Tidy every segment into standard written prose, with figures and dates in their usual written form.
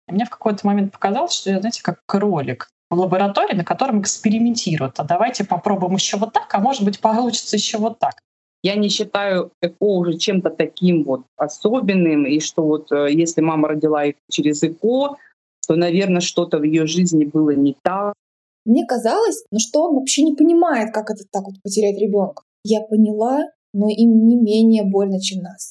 И мне в какой-то момент показалось, что я, знаете, как кролик в лаборатории, на котором экспериментируют. А давайте попробуем еще вот так, а может быть, получится еще вот так. Я не считаю ЭКО уже чем-то таким вот особенным, и что вот если мама родила через ЭКО, то, наверное, что-то в ее жизни было не так. Мне казалось, что он вообще не понимает, как это так вот потерять ребенка. Я поняла, но им не менее больно, чем нас.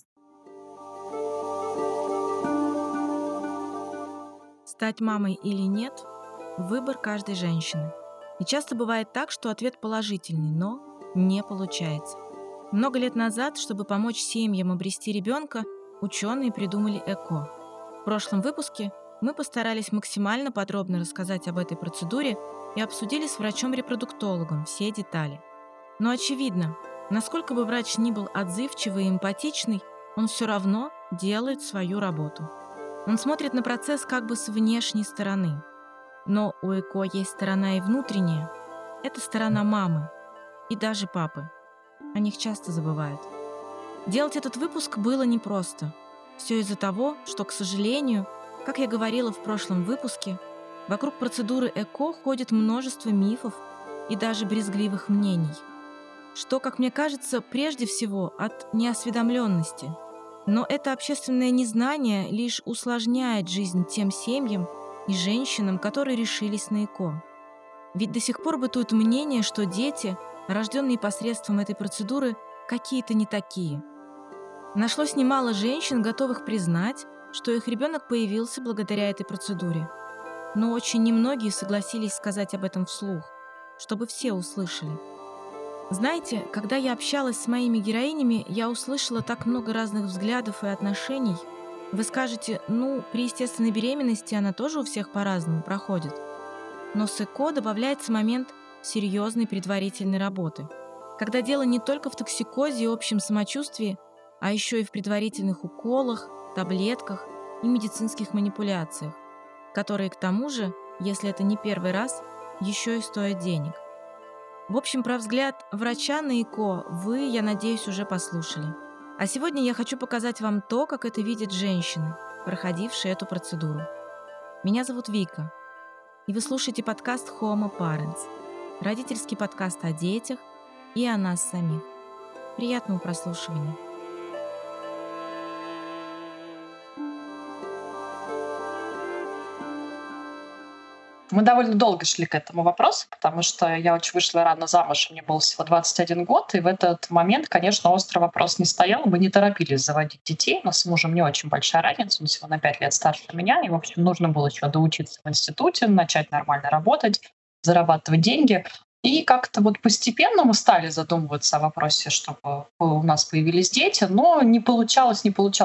Стать мамой или нет — выбор каждой женщины. И часто бывает так, что ответ положительный, но не получается. Много лет назад, чтобы помочь семьям обрести ребенка, ученые придумали ЭКО. В прошлом выпуске мы постарались максимально подробно рассказать об этой процедуре и обсудили с врачом-репродуктологом все детали. Но очевидно, насколько бы врач ни был отзывчивый и эмпатичный, он все равно делает свою работу. Он смотрит на процесс как бы с внешней стороны. Но у ЭКО есть сторона и внутренняя. Это сторона мамы и даже папы. О них часто забывают. Делать этот выпуск было непросто. Все из-за того, что, к сожалению, как я говорила в прошлом выпуске, вокруг процедуры ЭКО ходит множество мифов и даже брезгливых мнений. Что, как мне кажется, прежде всего от неосведомленности. Но это общественное незнание лишь усложняет жизнь тем семьям и женщинам, которые решились на ЭКО. Ведь до сих пор бытует мнение, что дети, рожденные посредством этой процедуры, какие-то не такие. Нашлось немало женщин, готовых признать, что их ребенок появился благодаря этой процедуре. Но очень немногие согласились сказать об этом вслух, чтобы все услышали. Знаете, когда я общалась с моими героинями, я услышала так много разных взглядов и отношений. Вы скажете, при естественной беременности она тоже у всех по-разному проходит. Но с ЭКО добавляется момент серьезной предварительной работы, когда дело не только в токсикозе и общем самочувствии, а еще и в предварительных уколах, таблетках и медицинских манипуляциях, которые, к тому же, если это не первый раз, еще и стоят денег. В общем, про взгляд врача на ЭКО вы, я надеюсь, уже послушали. А сегодня я хочу показать вам то, как это видят женщины, проходившие эту процедуру. Меня зовут Вика, и вы слушаете подкаст Homo Parents, родительский подкаст о детях и о нас самих. Приятного прослушивания. Мы довольно долго шли к этому вопросу, потому что я очень вышла рано замуж, мне было всего 21 год, и в этот момент, конечно, острый вопрос не стоял, мы не торопились заводить детей, у нас с мужем не очень большая разница, он всего на 5 лет старше меня, и, в общем, нужно было еще доучиться в институте, начать нормально работать, зарабатывать деньги. И как-то вот постепенно мы стали задумываться о вопросе, чтобы у нас появились дети, но не получалось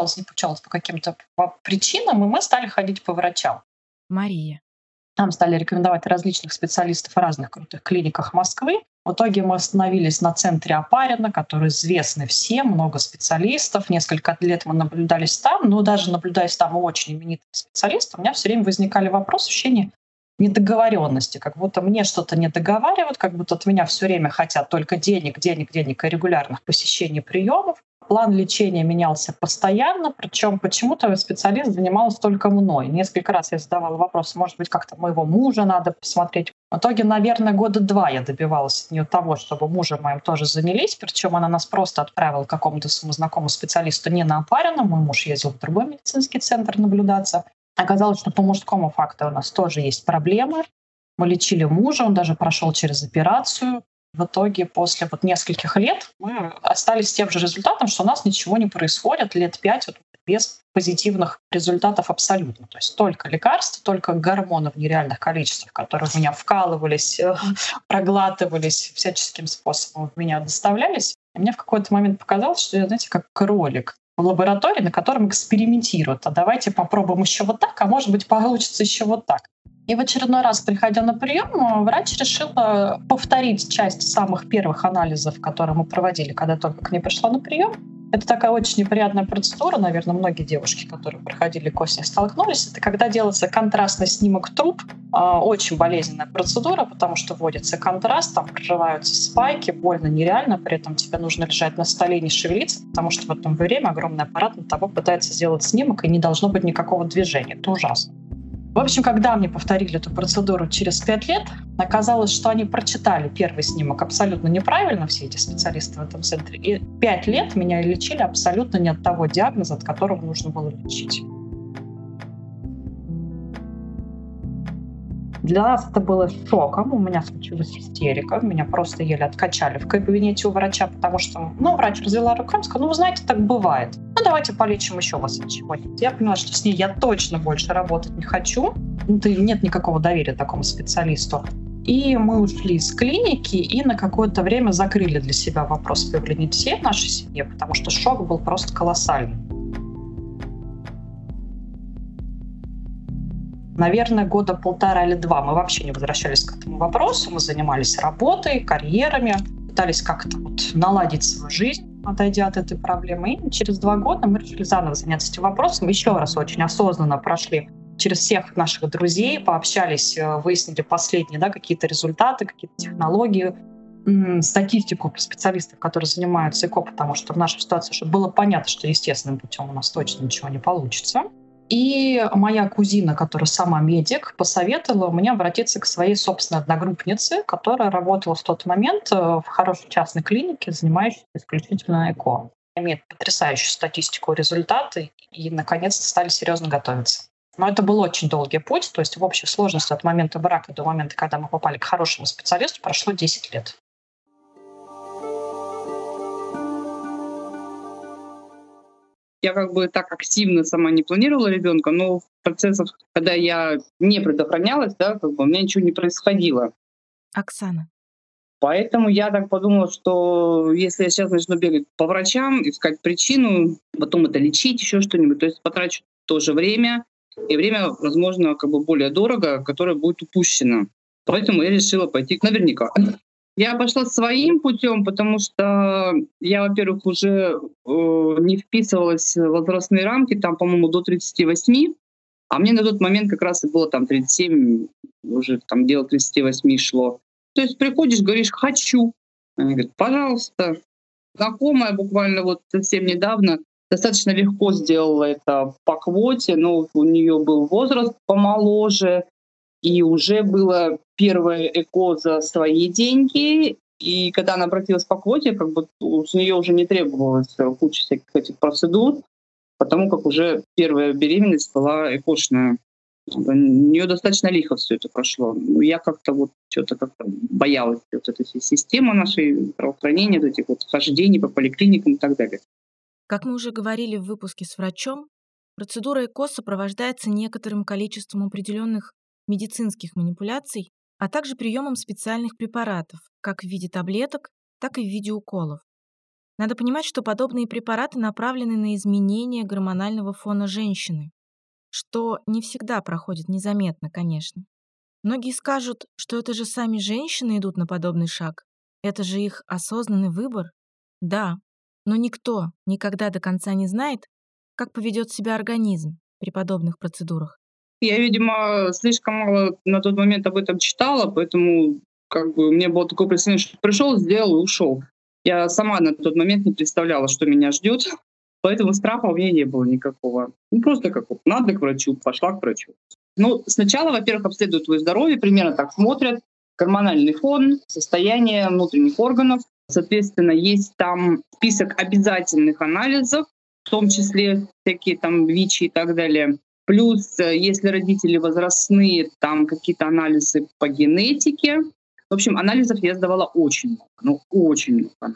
по каким-то причинам, и мы стали ходить по врачам. Мария. Нам стали рекомендовать различных специалистов в разных крутых клиниках Москвы. В итоге мы остановились на центре Опарина, который известный всем, много специалистов. Несколько лет мы наблюдались там, но даже наблюдаясь там у очень именитых специалистов, у меня все время возникали вопросы, ощущение недоговоренности, как будто мне что-то не договаривают, как будто от меня все время хотят только денег и регулярных посещений приемов. План лечения менялся постоянно, причем почему-то специалист занимался только мной. Несколько раз я задавала вопрос, может быть, как-то моего мужа надо посмотреть. В итоге, наверное, 2 года я добивалась от нее того, чтобы мужем моим тоже занялись, причем она нас просто отправила к какому-то своему знакомому специалисту не на Опарина, мой муж ездил в другой медицинский центр наблюдаться. Оказалось, что по мужскому фактору у нас тоже есть проблемы. Мы лечили мужа, он даже прошел через операцию. В итоге после нескольких лет мы остались с тем же результатом, что у нас ничего не происходит лет 5 без позитивных результатов абсолютно. То есть только лекарства, только гормоны в нереальных количествах, которые в меня вкалывались, проглатывались, всяческим способом в меня доставлялись. И мне в какой-то момент показалось, что я, знаете, как кролик в лаборатории, на котором экспериментируют. А давайте попробуем еще вот так, а может быть, получится еще вот так. И в очередной раз, приходя на прием, врач решил повторить часть самых первых анализов, которые мы проводили, когда только к ней пришла на прием. Это такая очень неприятная процедура, наверное, многие девушки, которые проходили ЭКО, с ней столкнулись. Это когда делается контрастный снимок труб. Очень болезненная процедура, потому что вводится контраст, там прорываются спайки, больно нереально, при этом тебе нужно лежать на столе и не шевелиться, потому что в это время огромный аппарат на того пытается сделать снимок, и не должно быть никакого движения. Это ужасно. В общем, когда мне повторили эту процедуру через 5 лет, оказалось, что они прочитали первый снимок абсолютно неправильно, все эти специалисты в этом центре, и 5 лет меня лечили абсолютно не от того диагноза, от которого нужно было лечить. Для нас это было шоком, у меня случилась истерика, меня просто еле откачали в кабинете у врача, потому что, врач развела руками, сказал, вы знаете, так бывает. Давайте полечим еще вас от чего-нибудь. Я поняла, что с ней я точно больше работать не хочу. Нет никакого доверия такому специалисту. И мы ушли из клиники и на какое-то время закрыли для себя вопрос появления детей в нашей семье, потому что шок был просто колоссальный. Наверное, года 1,5 или 2 мы вообще не возвращались к этому вопросу. Мы занимались работой, карьерами, пытались как-то наладить свою жизнь, отойдя от этой проблемы. И через 2 года мы решили заново заняться этим вопросом. Еще раз очень осознанно прошли через всех наших друзей, пообщались, выяснили последние какие-то результаты, какие-то технологии, статистику специалистов, которые занимаются ЭКО, потому что в нашей ситуации чтобы было понятно, что естественным путем у нас точно ничего не получится. И моя кузина, которая сама медик, посоветовала мне обратиться к своей собственной одногруппнице, которая работала в тот момент в хорошей частной клинике, занимающейся исключительно ЭКО. Имеет потрясающую статистику, результаты, и наконец-то стали серьезно готовиться. Но это был очень долгий путь, то есть в общей сложности от момента брака до момента, когда мы попали к хорошему специалисту, прошло 10 лет. Я так активно сама не планировала ребенка, но в процессах, когда я не предохранялась, у меня ничего не происходило. Оксана. Поэтому я так подумала, что если я сейчас начну бегать по врачам, искать причину, потом это лечить, еще что-нибудь, то есть потрачу тоже время, и время, возможно, более дорого, которое будет упущено. Поэтому я решила пойти наверняка. Я пошла своим путем, потому что я, во-первых, уже не вписывалась в возрастные рамки, там, по-моему, до 38, а мне на тот момент как раз и было 37, уже дело 38 шло. То есть приходишь, говоришь «хочу». Они говорят «пожалуйста». Знакомая буквально совсем недавно достаточно легко сделала это по квоте, но у нее был возраст помоложе, и уже было первое ЭКО за свои деньги. И когда она обратилась по квоте, с нее уже не требовалось куча всяких этих процедур, потому как уже первая беременность была ЭКОшная. У нее достаточно лихо все это прошло. Я что-то боялась этой системы нашей здравоохранения, этих хождений по поликлиникам и так далее. Как мы уже говорили в выпуске с врачом, процедура ЭКО сопровождается некоторым количеством определенных медицинских манипуляций, а также приемом специальных препаратов, как в виде таблеток, так и в виде уколов. Надо понимать, что подобные препараты направлены на изменение гормонального фона женщины, что не всегда проходит незаметно, конечно. Многие скажут, что это же сами женщины идут на подобный шаг, это же их осознанный выбор. Да, но никто никогда до конца не знает, как поведет себя организм при подобных процедурах. Я, видимо, слишком мало на тот момент об этом читала, поэтому у меня было такое представление, что пришел, сделал и ушел. Я сама на тот момент не представляла, что меня ждет, поэтому страха у меня не было никакого. Просто надо к врачу, пошла к врачу. Сначала, во-первых, обследуют твое здоровье, примерно так смотрят, гормональный фон, состояние внутренних органов. Соответственно, есть там список обязательных анализов, в том числе всякие ВИЧи и так далее. Плюс, если родители возрастные, там какие-то анализы по генетике. В общем, анализов я сдавала очень много, очень много.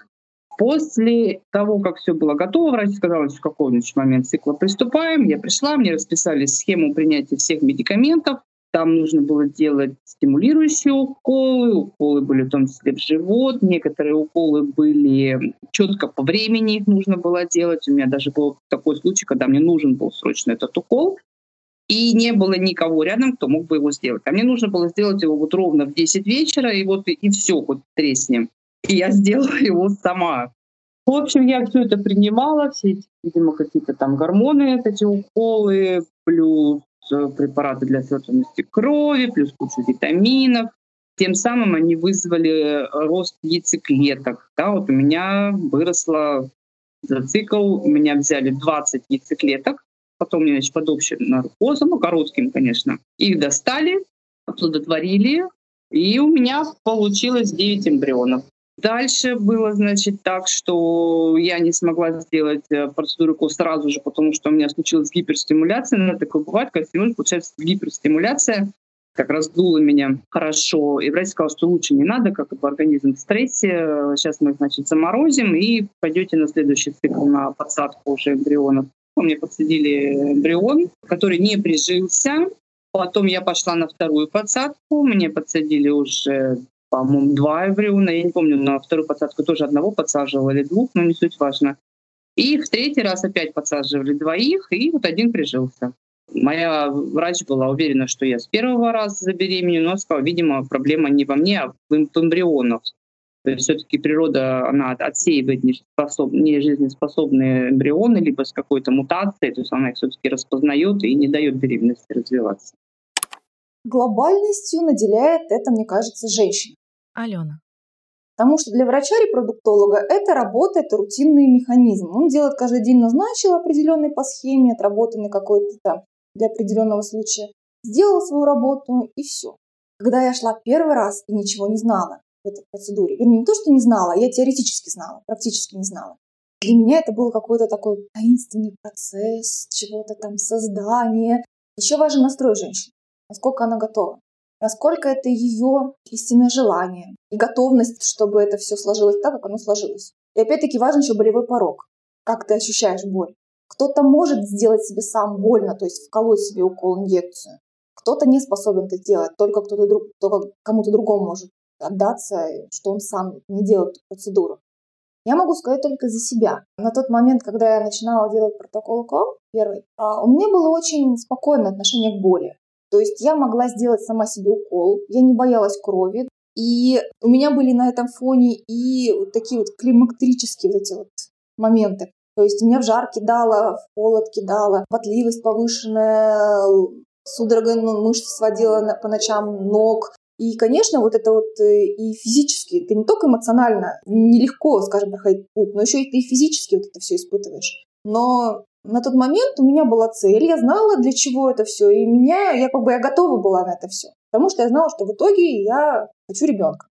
После того, как все было готово, врач сказал, что в какой-нибудь момент цикла приступаем. Я пришла, мне расписали схему принятия всех медикаментов. Там нужно было делать стимулирующие уколы были в том числе в живот. Некоторые уколы были четко по времени, их нужно было делать. У меня даже был такой случай, когда мне нужен был срочно этот укол. И не было никого рядом, кто мог бы его сделать. А мне нужно было сделать его ровно в 10 вечера, и все, треснем. И я сделала его сама. В общем, я все это принимала, все эти, видимо, какие-то гормоны, эти уколы, плюс препараты для свертывания крови, плюс кучу витаминов. Тем самым они вызвали рост яйцеклеток. У меня выросло за цикл, у меня взяли 20 яйцеклеток. потом мне, значит, под общим наркозом, коротким, конечно. Их достали, оплодотворили, и у меня получилось 9 эмбрионов. Дальше было, значит, так, что я не смогла сделать процедуру ЭКО сразу же, потому что у меня случилась гиперстимуляция. Но такое бывает, когда стимулирует, получается гиперстимуляция. Как раз дула меня хорошо. И врач сказал, что лучше не надо, как бы организм в стрессе. Сейчас мы, значит, заморозим и пойдете на следующий цикл на подсадку уже эмбрионов. Мне подсадили эмбрион, который не прижился. Потом я пошла на вторую подсадку. Мне подсадили уже, по-моему, 2 эмбриона. Я не помню, на вторую подсадку тоже одного подсаживала или 2, но не суть важно. И в третий раз опять подсаживали 2, и вот 1 прижился. Моя врач была уверена, что я с первого раза забеременею, но сказала, видимо, проблема не во мне, а в эмбрионах. То есть все-таки природа, она отсеивает нежизнеспособные эмбрионы, либо с какой-то мутацией, то есть она их все-таки распознает и не дает беременности развиваться. Глобальностью наделяет это, мне кажется, женщина. Алена. Потому что для врача-репродуктолога это работа, это рутинный механизм. Он делает каждый день, назначил определенный по схеме, отработанный какой-то там для определенного случая, сделал свою работу и все. Когда я шла первый раз и ничего не знала в этой процедуре, вернее, не то, что не знала, я теоретически знала, практически не знала. Для меня это был какой-то такой таинственный процесс, чего-то там создания. Еще важен настрой женщины, насколько она готова. Насколько это ее истинное желание и готовность, чтобы это все сложилось так, как оно сложилось. И опять-таки важен еще болевой порог. Как ты ощущаешь боль? Кто-то может сделать себе сам больно, то есть вколоть себе укол, инъекцию. Кто-то не способен это делать, только кому-то другому может отдаться, что он сам не делает эту процедуру. Я могу сказать только за себя. На тот момент, когда я начинала делать протокол УКО первый, у меня было очень спокойное отношение к боли. То есть я могла сделать сама себе укол, я не боялась крови. И у меня были на этом фоне и вот такие вот климактерические вот эти вот моменты. То есть меня в жар кидало, в холод кидало, потливость повышенная, судорога мышц сводила по ночам ног. И, конечно, вот это вот и физически, ты не только эмоционально нелегко, скажем, проходить путь, но еще и ты физически вот это все испытываешь. Но на тот момент у меня была цель, я знала, для чего это все, и я готова была на это все, потому что я знала, что в итоге я хочу ребенка.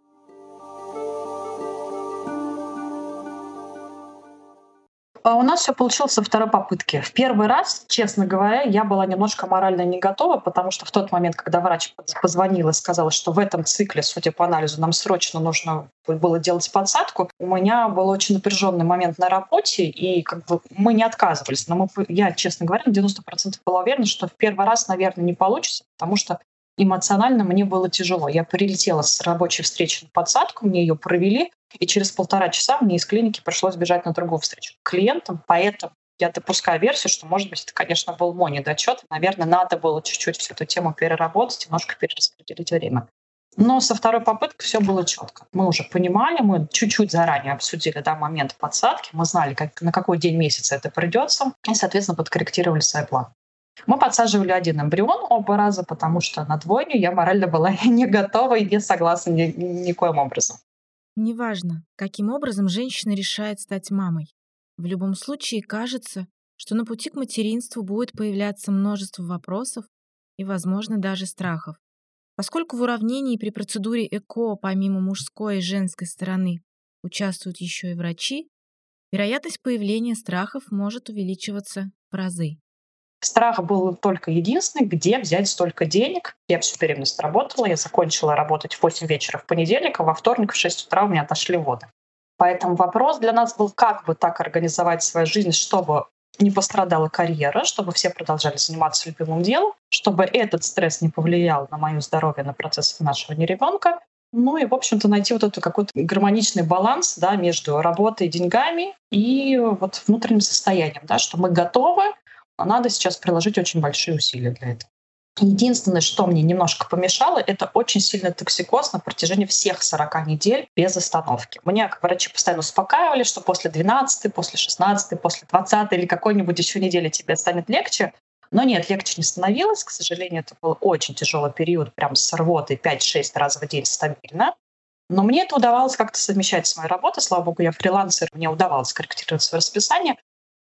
У нас все получилось со второй попытки. В первый раз, честно говоря, я была немножко морально не готова, потому что в тот момент, когда врач позвонила и сказала, что в этом цикле, судя по анализу, нам срочно нужно было делать подсадку, у меня был очень напряженный момент на работе, и мы не отказывались. Но я, честно говоря, на 90% была уверена, что в первый раз, наверное, не получится, потому что эмоционально мне было тяжело. Я прилетела с рабочей встречи на подсадку, мне ее провели, и через 1,5 часа мне из клиники пришлось бежать на другую встречу к клиентам. Поэтому я допускаю версию, что, может быть, это, конечно, был мой недочет. Наверное, надо было чуть-чуть всю эту тему переработать, немножко перераспределить время. Но со второй попыткой все было четко. Мы уже понимали, мы чуть-чуть заранее обсудили момент подсадки, мы знали, на какой день месяца это придется, и, соответственно, подкорректировали свой план. Мы подсаживали 1 эмбрион оба раза, потому что на двойню я морально была не готова и не согласна никоим образом. Неважно, каким образом женщина решает стать мамой. В любом случае кажется, что на пути к материнству будет появляться множество вопросов и, возможно, даже страхов. Поскольку в уравнении при процедуре ЭКО помимо мужской и женской стороны участвуют еще и врачи, вероятность появления страхов может увеличиваться в разы. Страх был только единственный, где взять столько денег. Я всю беременность работала, я закончила работать в 8 вечера в понедельник, а во вторник в 6 утра у меня отошли воды. Поэтому вопрос для нас был, как бы так организовать свою жизнь, чтобы не пострадала карьера, чтобы все продолжали заниматься любимым делом, чтобы этот стресс не повлиял на мое здоровье, на процесс нашего ребенка. Ну и, в общем-то, найти вот этот какой-то гармоничный баланс между работой, деньгами и вот внутренним состоянием, что мы готовы, но надо сейчас приложить очень большие усилия для этого. Единственное, что мне немножко помешало, это очень сильный токсикоз на протяжении всех 40 недель без остановки. Меня, как врачи, постоянно успокаивали, что после 12, после 16, после 20 или какой-нибудь еще недели тебе станет легче. Но нет, легче не становилось. К сожалению, это был очень тяжелый период, прям с рвотой 5-6 раз в день стабильно. Но мне это удавалось как-то совмещать с моей работой. Слава богу, я фрилансер, мне удавалось корректировать свое расписание.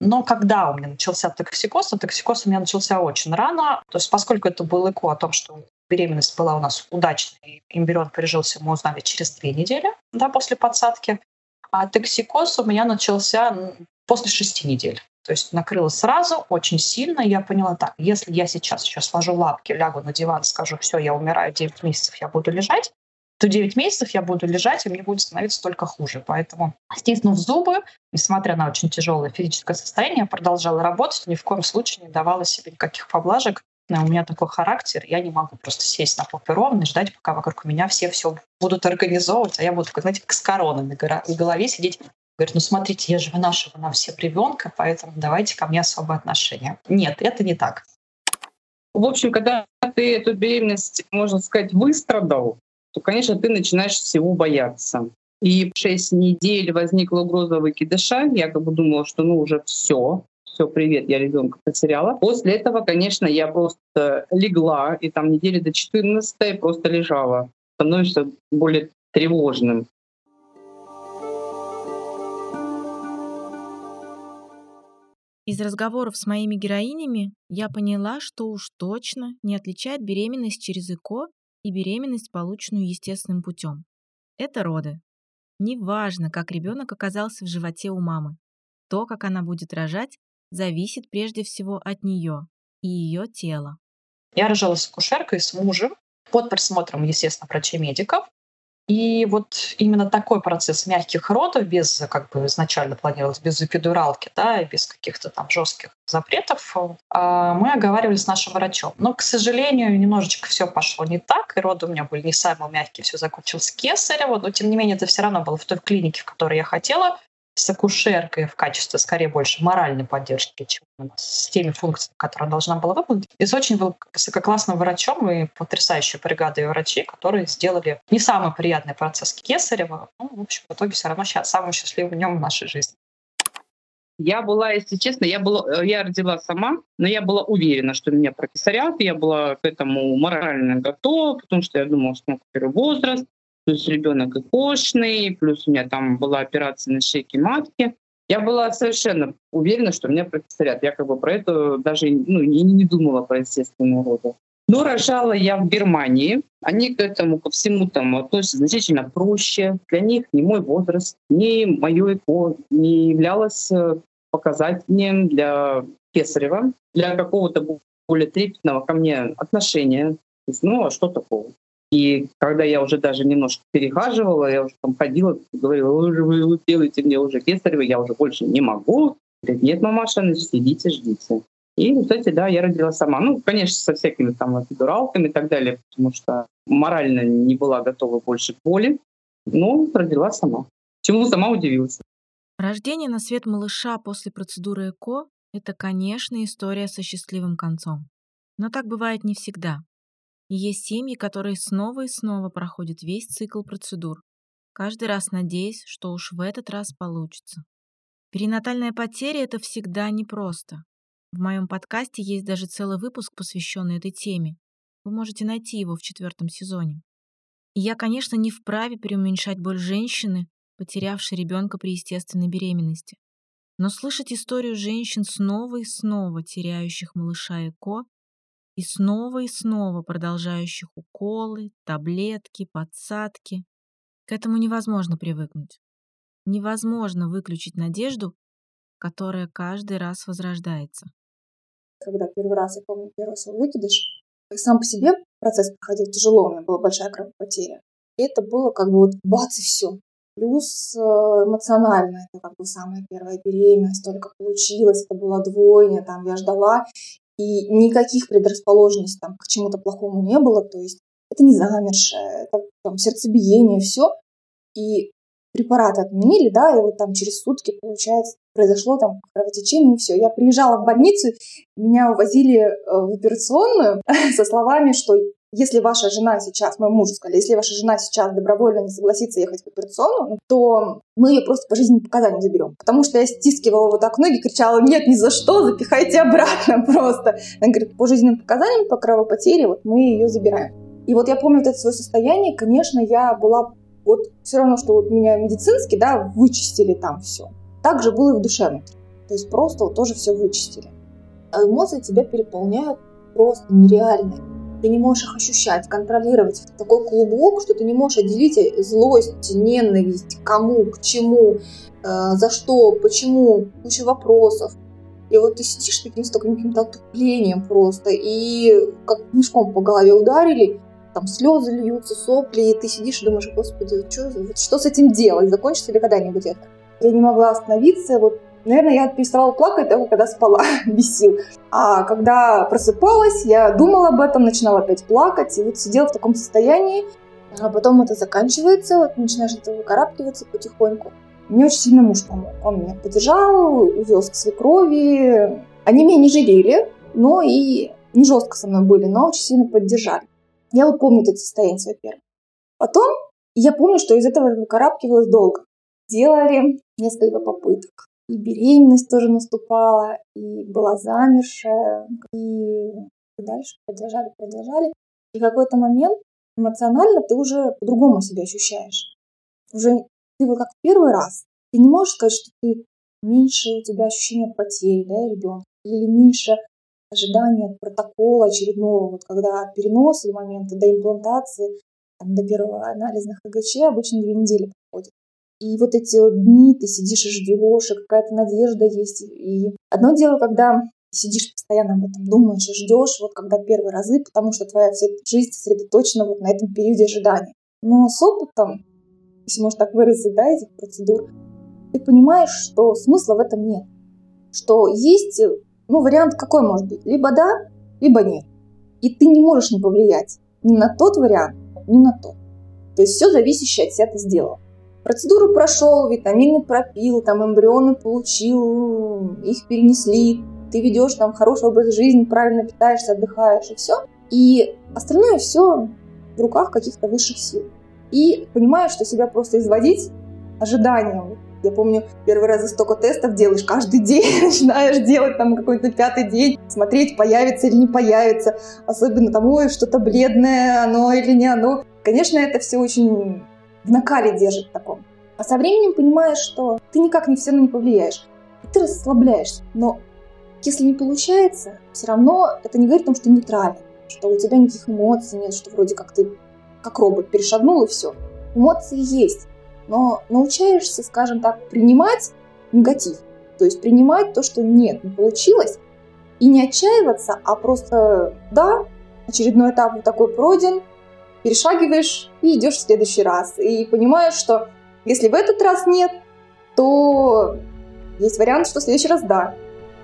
Но когда у меня начался токсикоз, а токсикоз у меня начался очень рано, то есть поскольку это был ЭКО о том, что беременность была у нас удачной, эмбрион прижился, мы узнали через 2 недели, да, после подсадки, а токсикоз у меня начался после 6 недель. То есть накрыло сразу, очень сильно. Я поняла так, если я сейчас еще сложу лапки, лягу на диван, скажу, все, я умираю, 9 месяцев я буду лежать, то 9 месяцев я буду лежать, и мне будет становиться только хуже. Поэтому, стиснув зубы, несмотря на очень тяжелое физическое состояние, я продолжала работать, ни в коем случае не давала себе никаких поблажек. У меня такой характер, я не могу просто сесть на попе ровно и ждать, пока вокруг меня все будут организовывать, а я буду, знаете, как с короной на голове сидеть. Говорит, ну смотрите, я же вынашиваю нам всем ребенка, поэтому давайте ко мне особое отношение. Нет, это не так. В общем, когда ты эту беременность, можно сказать, выстрадал, то, конечно, ты начинаешь всего бояться. И в 6 недель возникла угроза выкидыша. Я как бы думала, что уже все, привет, я ребенка потеряла. После этого, конечно, я просто легла, и там недели до 14 просто лежала. Становишься более тревожным. Из разговоров с моими героинями я поняла, что уж точно не отличает беременность через ЭКО и беременность, полученную естественным путем. Это роды. Неважно, как ребенок оказался в животе у мамы. То, как она будет рожать, зависит прежде всего от нее и ее тела. Я рожала с акушеркой, с мужем, под присмотром, естественно, врачей-медиков. И вот именно такой процесс мягких родов, без, как бы изначально планировалось, без эпидуралки, да, и без каких-то там жестких запретов, мы оговаривали с нашим врачом. Но, к сожалению, немножечко все пошло не так, и роды у меня были не самые мягкие, все закончилось кесарево, но тем не менее это все равно было в той клинике, в которой я хотела, с акушеркой в качестве, скорее, больше моральной поддержки, чем с теми функциями, которые она должна была выполнить. И с очень высококлассным врачом и потрясающей бригадой врачей, которые сделали не самый приятный процесс кесарева. В общем, в итоге все равно сейчас самым счастливым днем в нашей жизни. Я была, если честно, я родила сама, но я была уверена, что меня прокесарят, я была к этому морально готова, потому что я думала, что первый возраст, плюс ребенок ЭКОшный, плюс у меня там была операция на шейке матки. Я была совершенно уверена, что меня прокесарят. Я как бы про это даже не думала про естественные роды. Но рожала я в Германии. Они к этому, ко всему там относятся значительно проще. Для них ни мой возраст, ни мое ЭКО не являлось показателем для кесарева, для какого-то более трепетного ко мне отношения. То есть, а что такого? И когда я уже даже немножко перехаживала, я уже там ходила, говорила, вы делаете мне уже кесарево, я уже больше не могу. Говорит, нет, мамаша, сидите, ждите. И, кстати, да, я родила сама. Конечно, со всякими там эпидуралками и так далее, потому что морально не была готова больше к боли, но родила сама. Чему сама удивилась. Рождение на свет малыша после процедуры ЭКО – это, конечно, история со счастливым концом. Но так бывает не всегда. И есть семьи, которые снова и снова проходят весь цикл процедур, каждый раз надеясь, что уж в этот раз получится. Перинатальная потеря – это всегда непросто. В моем подкасте есть даже целый выпуск, посвященный этой теме. Вы можете найти его в 4 сезоне. И я, конечно, не вправе преуменьшать боль женщины, потерявшей ребенка при естественной беременности. Но слышать историю женщин снова и снова теряющих малыша ЭКО и снова продолжающих уколы, таблетки, подсадки. К этому невозможно привыкнуть. Невозможно выключить надежду, которая каждый раз возрождается. Когда первый раз, я помню, первый свой выкидыш, сам по себе процесс проходил тяжело, у меня была большая кровопотеря. И это было как бы бац и все. Плюс эмоционально, это как бы самая первая беременность, только получилось, это была двойня, там я ждала. И никаких предрасположенностей там, к чему-то плохому не было. То есть это не замершее, это там, сердцебиение, все. И препараты отменили, да, и вот там через сутки, получается, произошло там кровотечение, и все. Я приезжала в больницу, меня увозили в операционную со словами, что если ваша жена сейчас, моему мужу сказали, если ваша жена сейчас добровольно не согласится ехать в операционную, то мы ее просто по жизненным показаниям заберем. Потому что я стискивала вот так ноги, кричала, нет, ни за что, запихайте обратно просто. Она говорит, по жизненным показаниям, по кровопотере, вот мы ее забираем. И вот я помню вот это свое состояние, конечно, я была вот все равно, что вот меня медицински, да, вычистили там все. Так же было и в душевном. То есть просто вот тоже все вычистили. А эмоции тебя переполняют просто нереально. Ты не можешь их ощущать, контролировать. Это такой клубок, что ты не можешь отделить злость, ненависть, кому, к чему, за что, почему, куча вопросов. И вот ты сидишь таким каким-то отуплением просто, и как мешком по голове ударили, там слезы льются, сопли, и ты сидишь и думаешь: господи, что с этим делать, закончится ли когда-нибудь это? Я не могла остановиться, вот, наверное, я переставала плакать только когда спала, без сил. А когда просыпалась, я думала об этом, начинала опять плакать, и вот сидела в таком состоянии, а потом это заканчивается, вот начинаешь это выкарабкиваться потихоньку. Мне очень сильно муж помог, он меня поддержал, увез к свекрови. Они меня не жалели, но и не жестко со мной были, но очень сильно поддержали. Я вот помню это состояние свое первое. Потом я помню, что из этого выкарабкивалась долго. Делали несколько попыток. И беременность тоже наступала, и была замершая, и дальше продолжали. И в какой-то момент эмоционально ты уже по-другому себя ощущаешь. Уже ты вот как в первый раз. Ты не можешь сказать, что ты меньше у тебя ощущения потери, да, ребенка, или меньше ожидания от протокола очередного, вот когда от переноса до момента, до имплантации, там, до первого анализа на ХГЧ обычно 2 недели проходит. И вот эти вот дни ты сидишь и ждешь, и какая-то надежда есть. И одно дело, когда сидишь постоянно об этом, думаешь и ждешь, вот когда первые разы, потому что твоя вся жизнь сосредоточена вот на этом периоде ожидания. Но с опытом, если можно так выразить, да, этих процедур, ты понимаешь, что смысла в этом нет. Что есть, вариант какой может быть? Либо да, либо нет. И ты не можешь не повлиять ни на тот вариант, ни на тот. То есть все зависящее от тебя ты сделал. Процедуру прошел, витамины пропил, там эмбрионы получил, их перенесли. Ты ведешь там хороший образ жизни, правильно питаешься, отдыхаешь и все. И остальное все в руках каких-то высших сил. И понимаешь, что себя просто изводить ожиданием. Я помню, первый раз столько тестов делаешь каждый день, начинаешь делать там какой-то 5-й день, смотреть, появится или не появится. Особенно там, ой, что-то бледное, оно или не оно. Конечно, это все очень в накале держит в таком. А со временем понимаешь, что ты никак все равно не повлияешь. И ты расслабляешься. Но если не получается, все равно это не говорит о том, что ты нейтрален, что у тебя никаких эмоций нет, что вроде как ты как робот перешагнул и все. Эмоции есть. Но научаешься, скажем так, принимать негатив. То есть принимать то, что нет, не получилось. И не отчаиваться, а просто, да, очередной этап вот такой пройден, перешагиваешь и идешь в следующий раз. И понимаешь, что если в этот раз нет, то есть вариант, что в следующий раз да.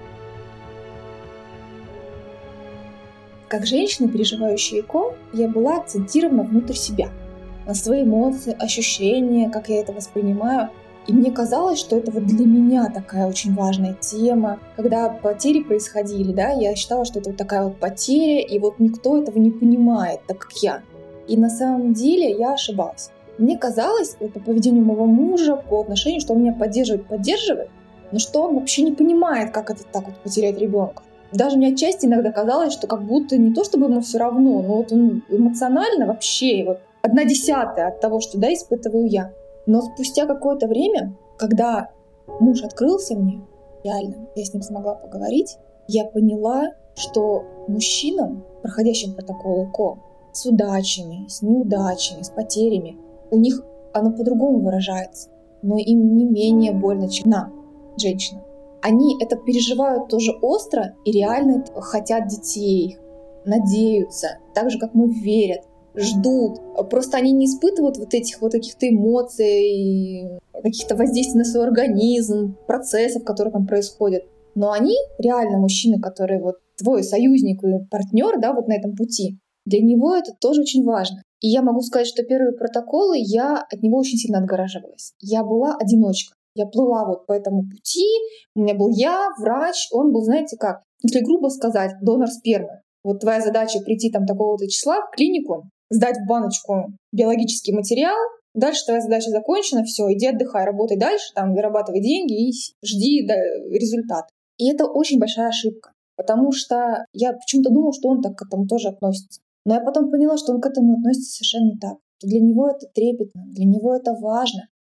Как женщина, переживающая ЭКО, я была акцентирована внутрь себя. На свои эмоции, ощущения, как я это воспринимаю. И мне казалось, что это вот для меня такая очень важная тема. Когда потери происходили, да, я считала, что это вот такая вот потеря, и вот никто этого не понимает, так как я. И на самом деле я ошибалась. Мне казалось, по поведению моего мужа, по отношению, что он меня поддерживает, но что он вообще не понимает, как это так вот потерять ребенка. Даже мне отчасти иногда казалось, что как будто не то, чтобы ему все равно, но вот он эмоционально вообще вот 1/10 от того, что да, испытываю я. Но спустя какое-то время, когда муж открылся мне, реально, я с ним смогла поговорить, я поняла, что мужчинам, проходящим протокол ЭКО, с удачами, с неудачами, с потерями, у них оно по-другому выражается, но им не менее больно, чем нам, женщинам. Они это переживают тоже остро и реально хотят детей, надеются, так же, как мы, верят, ждут. Просто они не испытывают вот этих вот каких-то эмоций, каких-то воздействий на свой организм, процессов, которые там происходят. Но они, реально мужчины, которые вот твой союзник и партнер, да, вот на этом пути, для него это тоже очень важно. И я могу сказать, что первые протоколы я от него очень сильно отгораживалась. Я была одиночка. Я плыла вот по этому пути, у меня был я, врач, он был, знаете как, если грубо сказать, донор спермы. Вот твоя задача прийти там такого-то числа в клинику, сдать в баночку биологический материал, дальше твоя задача закончена, все, иди отдыхай, работай дальше, там, зарабатывай деньги и жди результат. И это очень большая ошибка, потому что я почему-то думала, что он так к этому тоже относится. Но я потом поняла, что он к этому относится совершенно не так. Для него это трепетно, для него это важно.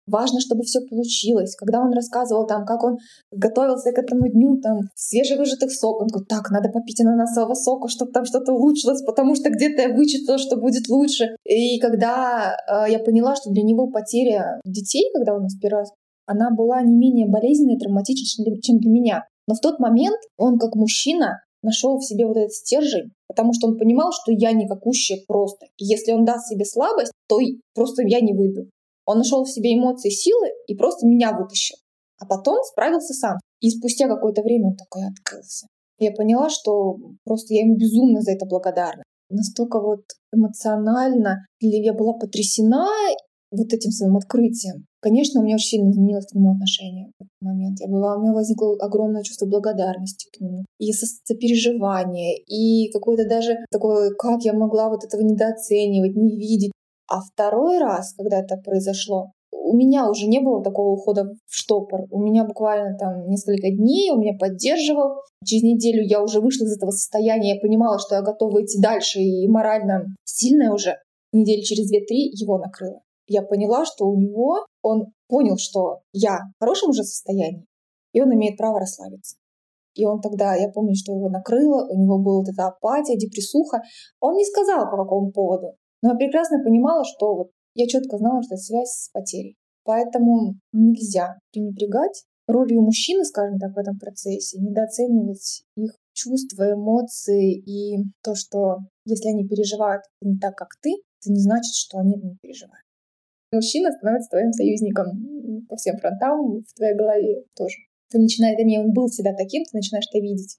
важно, чтобы все получилось. Когда он рассказывал, там, как он готовился к этому дню, там, свежевыжатых сок, он говорит, так, надо попить ананасового сока, чтобы там что-то улучшилось, потому что где-то я вычитала, что будет лучше. И когда я поняла, что для него потеря детей, когда он нас первый раз, она была не менее болезненной и травматичной, чем для меня. Но в тот момент он, как мужчина, нашел в себе вот этот стержень, потому что он понимал, что я никакущая просто. И если он даст себе слабость, то просто я не выйду. Он нашел в себе эмоции, силы и просто меня вытащил. А потом справился сам. И спустя какое-то время он такой открылся. Я поняла, что просто я ему безумно за это благодарна. Настолько вот эмоционально я была потрясена вот этим своим открытием. Конечно, у меня очень сильно изменилось к нему отношение в этот момент. У меня возникло огромное чувство благодарности к нему. И сопереживание, и какое-то даже такое, как я могла вот этого недооценивать, не видеть. А второй раз, когда это произошло, у меня уже не было такого ухода в штопор. У меня буквально там несколько дней, он меня поддерживал. Через неделю я уже вышла из этого состояния, я понимала, что я готова идти дальше, и морально сильная уже. Недели через 2-3 его накрыло. Я поняла, что у него, он понял, что я в хорошем уже состоянии, и он имеет право расслабиться. И он тогда, я помню, что его накрыло, у него была вот эта апатия, депрессуха. Он не сказал, по какому поводу, но я прекрасно понимала, что вот я четко знала, что это связь с потерей. Поэтому нельзя пренебрегать ролью мужчины, скажем так, в этом процессе, недооценивать их чувства, эмоции и то, что если они переживают не так, как ты, это не значит, что они не переживают. Мужчина становится твоим союзником по всем фронтам, в твоей голове тоже. Ты начинаешь, вернее, он был всегда таким, ты начинаешь это видеть.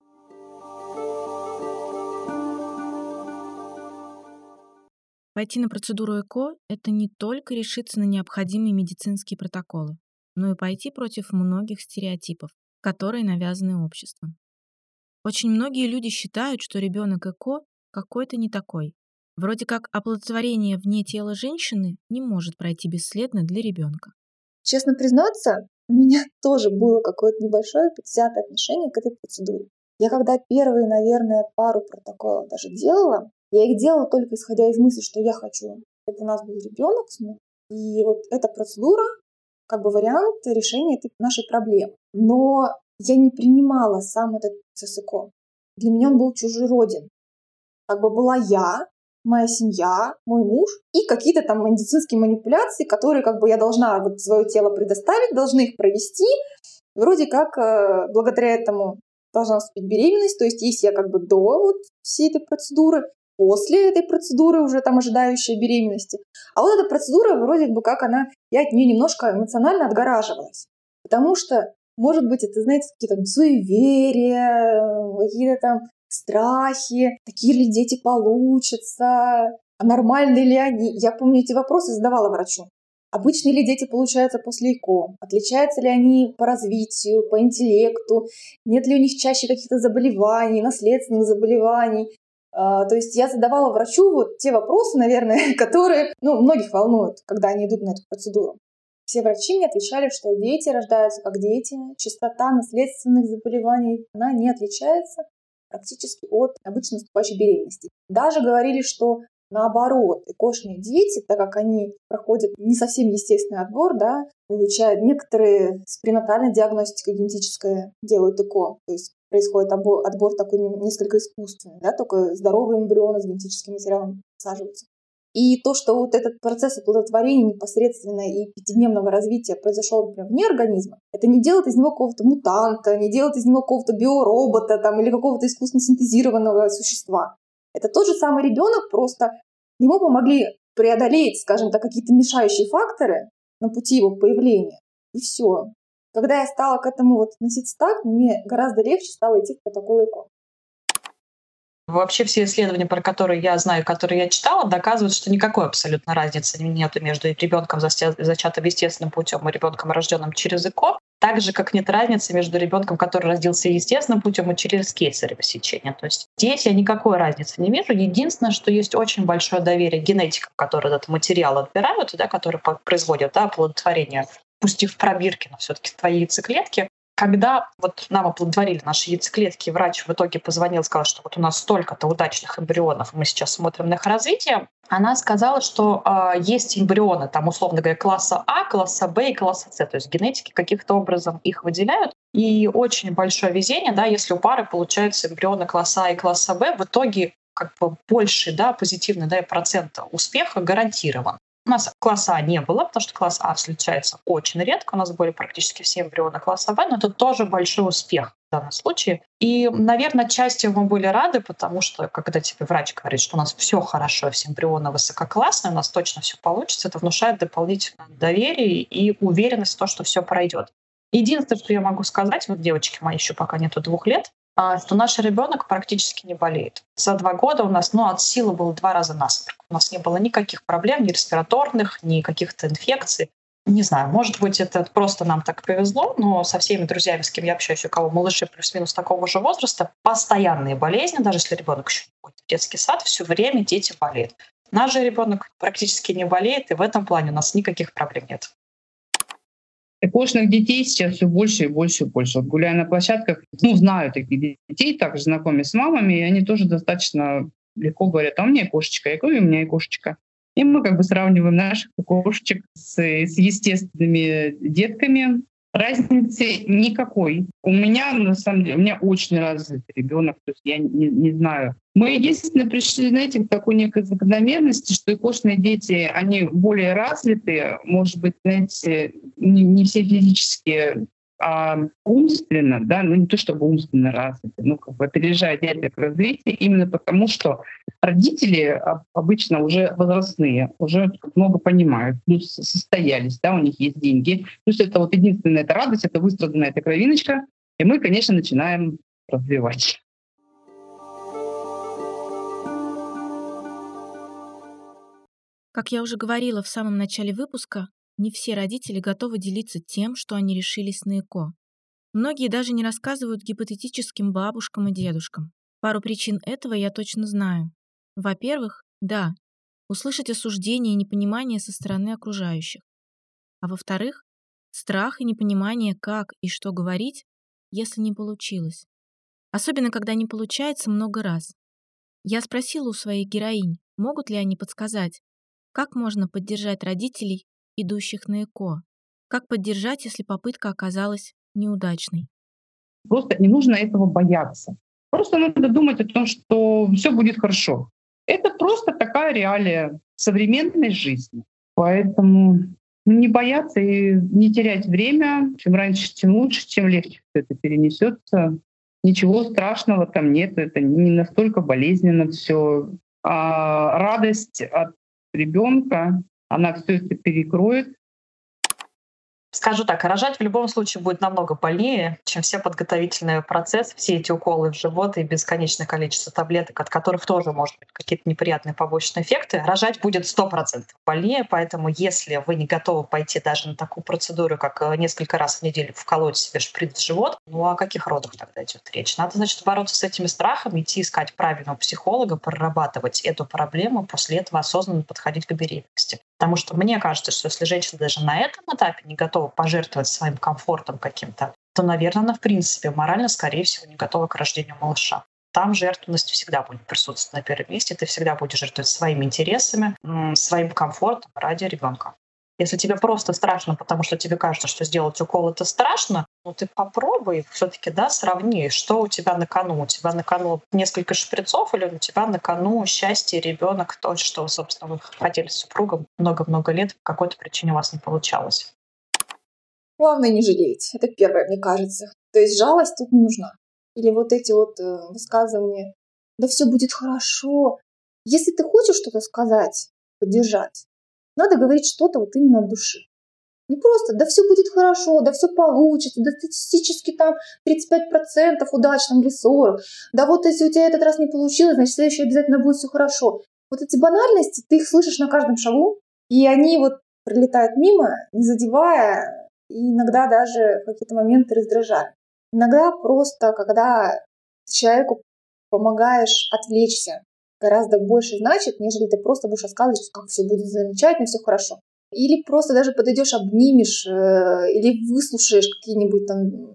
Пойти на процедуру ЭКО – это не только решиться на необходимые медицинские протоколы, но и пойти против многих стереотипов, которые навязаны обществом. Очень многие люди считают, что ребенок ЭКО какой-то не такой. Вроде как оплодотворение вне тела женщины не может пройти бесследно для ребенка. Честно признаться, у меня тоже было какое-то небольшое предвзятое отношение к этой процедуре. Я когда первые, наверное, пару протоколов даже делала, я их делала только исходя из мысли, что я хочу. Это у нас был ребенок, и вот эта процедура как бы вариант решения этой нашей проблемы. Но я не принимала сам этот процесс ЭКО. Для меня он был чужероден. Как бы была я, моя семья, мой муж и какие-то там медицинские манипуляции, которые как бы я должна вот свое тело предоставить, должны их провести. Вроде как благодаря этому должна наступить беременность, то есть есть я как бы до вот всей этой процедуры, после этой процедуры уже там ожидающая беременности. А вот эта процедура вроде бы как я от нее немножко эмоционально отгораживалась. Потому что, может быть, это, знаете, какие-то там суеверия, какие-то там страхи, такие ли дети получатся, а нормальные ли они. Я помню, эти вопросы задавала врачу. Обычные ли дети получаются после ЭКО? Отличаются ли они по развитию, по интеллекту? Нет ли у них чаще каких-то заболеваний, наследственных заболеваний? То есть я задавала врачу вот те вопросы, наверное, которые многих волнуют, когда они идут на эту процедуру. Все врачи мне отвечали, что дети рождаются как дети, частота наследственных заболеваний, она не отличается практически от обычно наступающей беременности. Даже говорили, что наоборот, ЭКОшные дети, так как они проходят не совсем естественный отбор, да, получают некоторые с пренатальной диагностикой генетической делают ЭКО, то есть происходит отбор такой несколько искусственный, да, только здоровые эмбрионы с генетическим материалом всаживаются. И то, что вот этот процесс оплодотворения непосредственно и пятидневного развития произошел, например, вне организма, это не делает из него какого-то мутанта, не делает из него какого-то биоробота там, или какого-то искусственно синтезированного существа. Это тот же самый ребенок, просто ему помогли преодолеть, скажем так, какие-то мешающие факторы на пути его появления. И все. Когда я стала к этому относиться так, мне гораздо легче стало идти к протоколу ЭКО. Вообще все исследования, про которые я знаю, которые я читала, доказывают, что никакой абсолютно разницы нет между ребенком, зачатым естественным путем, и ребенком, рожденным через ЭКО, так же, как нет разницы между ребенком, который родился естественным путем, и через кесарево сечение. То есть здесь я никакой разницы не вижу. Единственное, что есть очень большое доверие генетикам, которые этот материал отбирают, да, которые производят оплодотворение, пустив в пробирки, но все-таки твои яйцеклетки. Когда вот нам оплодотворили наши яйцеклетки, врач в итоге позвонил, сказал, что вот у нас столько-то удачных эмбрионов, мы сейчас смотрим на их развитие, она сказала, что есть эмбрионы, там, условно говоря, класса А, класса Б и класса С, то есть генетики каким-то образом их выделяют. И очень большое везение, да, если у пары получаются эмбрионы класса А и класса Б, в итоге как бы больший, да, позитивный, да, процент успеха гарантирован. У нас класса А не было, потому что класс А встречается очень редко. У нас были практически все эмбрионы класса Б, но это тоже большой успех в данном случае. И, наверное, частью мы были рады, потому что, когда тебе врач говорит, что у нас все хорошо, все эмбрионы высококлассные, у нас точно все получится, это внушает дополнительное доверие и уверенность в том, что все пройдет. Единственное, что я могу сказать, вот девочки мои еще пока нету 2 лет, что наш ребенок практически не болеет. За 2 года у нас от силы было 2 раза насморк. У нас не было никаких проблем, ни респираторных, ни каких-то инфекций. Не знаю, может быть, это просто нам так повезло, но со всеми друзьями, с кем я общаюсь, у кого малыши плюс-минус такого же возраста, постоянные болезни, даже если ребенок еще ходит в детский сад, все время дети болеют. Наш же ребенок практически не болеет, и в этом плане у нас никаких проблем нет. ЭКОшных детей сейчас все больше и больше и больше. Вот гуляя на площадках, знаю таких детей, также знакомы с мамами, и они тоже достаточно легко говорят: а у меня кошечка, я говорю, у меня и кошечка. И мы как бы сравниваем наших кошечек с естественными детками. Разницы никакой. У меня, на самом деле, у меня очень развитый ребенок, то есть я не знаю. Мы единственное пришли, знаете, к такой некой закономерности, что ЭКОшные дети, они более развитые, может быть, знаете, не все физически, а умственно, да, не то чтобы умственно развиты, как бы опережают деток развитие, именно потому что родители обычно уже возрастные, уже много понимают, плюс состоялись, да, у них есть деньги. Плюс это вот единственная эта радость, это выстраданная эта кровиночка, и мы, конечно, начинаем развивать. Как я уже говорила в самом начале выпуска, не все родители готовы делиться тем, что они решились на ЭКО. Многие даже не рассказывают гипотетическим бабушкам и дедушкам. Пару причин этого я точно знаю. Во-первых, да, услышать осуждение и непонимание со стороны окружающих. А во-вторых, страх и непонимание, как и что говорить, если не получилось. Особенно, когда не получается много раз. Я спросила у своих героинь, могут ли они подсказать, как можно поддержать родителей, идущих на ЭКО? Как поддержать, если попытка оказалась неудачной? Просто не нужно этого бояться. Просто надо думать о том, что все будет хорошо. Это просто такая реалия современной жизни. Поэтому не бояться и не терять время. Чем раньше, тем лучше, тем легче это перенесется. Ничего страшного там нет, это не настолько болезненно все. А радость от ребенка, она все это перекроет. Скажу так, рожать в любом случае будет намного больнее, чем все подготовительные процессы, все эти уколы в живот и бесконечное количество таблеток, от которых тоже может быть какие-то неприятные побочные эффекты. Рожать будет 100% больнее, поэтому если вы не готовы пойти даже на такую процедуру, как несколько раз в неделю вколоть себе шприц в живот, о каких родах тогда идет речь? Надо, значит, бороться с этими страхами, идти искать правильного психолога, прорабатывать эту проблему, после этого осознанно подходить к беременности. Потому что мне кажется, что если женщина даже на этом этапе не готова пожертвовать своим комфортом каким-то, то, наверное, она в принципе морально, скорее всего, не готова к рождению малыша. Там жертвенность всегда будет присутствовать на первом месте, ты всегда будешь жертвовать своими интересами, своим комфортом ради ребенка. Если тебе просто страшно, потому что тебе кажется, что сделать укол — это страшно, ты попробуй все-таки, сравни, что у тебя на кону. У тебя на кону несколько шприцов или у тебя на кону счастье, ребенок, то, что, собственно, вы хотели с супругом много-много лет, по какой-то причине у вас не получалось. Главное не жалеть. Это первое, мне кажется. То есть жалость тут не нужна. Или вот эти высказывания: да все будет хорошо. Если ты хочешь что-то сказать, поддержать, надо говорить что-то именно от души. Не просто да все будет хорошо, да все получится, да статистически там 35% удачно или 40%. Да вот если у тебя этот раз не получилось, значит в следующий обязательно будет все хорошо. Вот эти банальности, ты их слышишь на каждом шагу, и они пролетают мимо, не задевая, и иногда даже в какие-то моменты раздражают. Иногда просто, когда человеку помогаешь отвлечься, гораздо больше значит, нежели ты просто будешь рассказывать, как все будет замечательно, все хорошо. Или просто даже подойдешь, обнимешь, или выслушаешь какие-нибудь там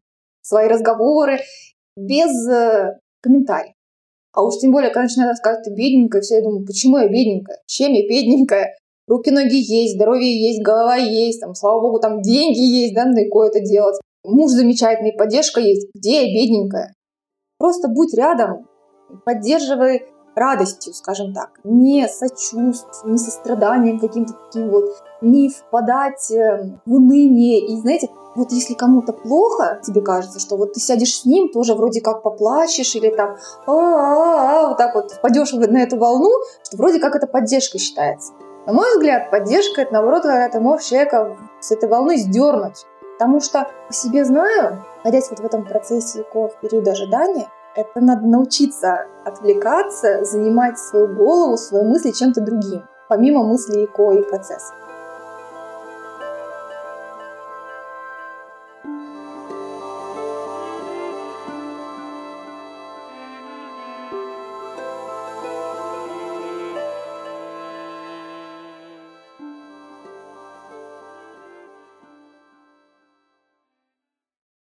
свои разговоры без комментариев. А уж тем более, когда начинают рассказывать, ты бедненькая, все, я думаю, почему я бедненькая? Чем я бедненькая? Руки-ноги есть, здоровье есть, голова есть, там, слава богу, там деньги есть, да, на это делать. Муж замечательный, поддержка есть. Где я бедненькая? Просто будь рядом, поддерживай радостью, скажем так. Не сочувствием, не состраданием каким-то таким вот, не впадать в уныние. И знаете, вот если кому-то плохо, тебе кажется, что вот ты сядешь с ним, тоже вроде как поплачешь или там вот так вот впадешь на эту волну, что вроде как это поддержка считается. На мой взгляд, поддержка — это, наоборот, когда ты можешь человека с этой волны сдернуть. Потому что по себе знаю, находясь вот в этом процессе в период ожидания, это надо научиться отвлекаться, занимать свою голову, свои мысли чем-то другим, помимо мыслей ЭКО и процесса.